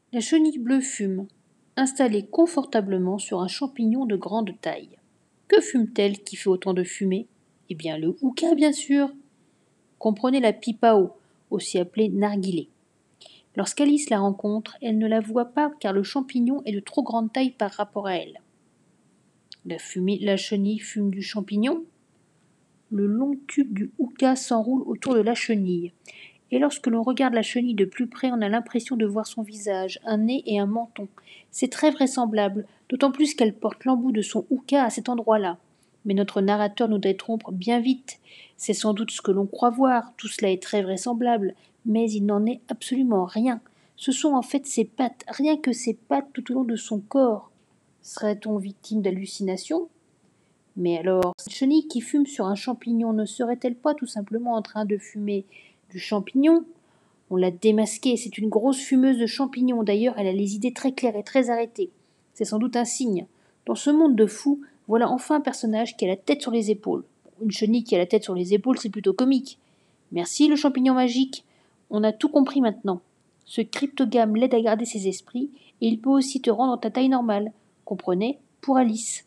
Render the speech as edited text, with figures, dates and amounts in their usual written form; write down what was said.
La chenille bleue fume, installée confortablement sur un champignon de grande taille. Que fume-t-elle qui fait autant de fumée? Eh bien le hookah, bien sûr. Comprenez la pipao, aussi appelée narguilé. Lorsqu'Alice la rencontre, elle ne la voit pas car le champignon est de trop grande taille par rapport à elle. La chenille fume du champignon. Le long tube du hookah s'enroule autour de la chenille. Et lorsque l'on regarde la chenille de plus près, on a l'impression de voir son visage, un nez et un menton. C'est très vraisemblable, d'autant plus qu'elle porte l'embout de son hookah à cet endroit-là. Mais notre narrateur nous détrompe bien vite. C'est sans doute ce que l'on croit voir, tout cela est très vraisemblable, mais il n'en est absolument rien. Ce sont en fait ses pattes, rien que ses pattes tout au long de son corps. Serait-on victime d'hallucinations? Mais alors, cette chenille qui fume sur un champignon ne serait-elle pas tout simplement en train de fumer du champignon? On l'a démasquée, c'est une grosse fumeuse de champignons. D'ailleurs, elle a les idées très claires et très arrêtées. C'est sans doute un signe. Dans ce monde de fous, voilà enfin un personnage qui a la tête sur les épaules. Une chenille qui a la tête sur les épaules, c'est plutôt comique. Merci le champignon magique. On a tout compris maintenant. Ce cryptogame l'aide à garder ses esprits et il peut aussi te rendre ta taille normale. Comprenez? Pour Alice.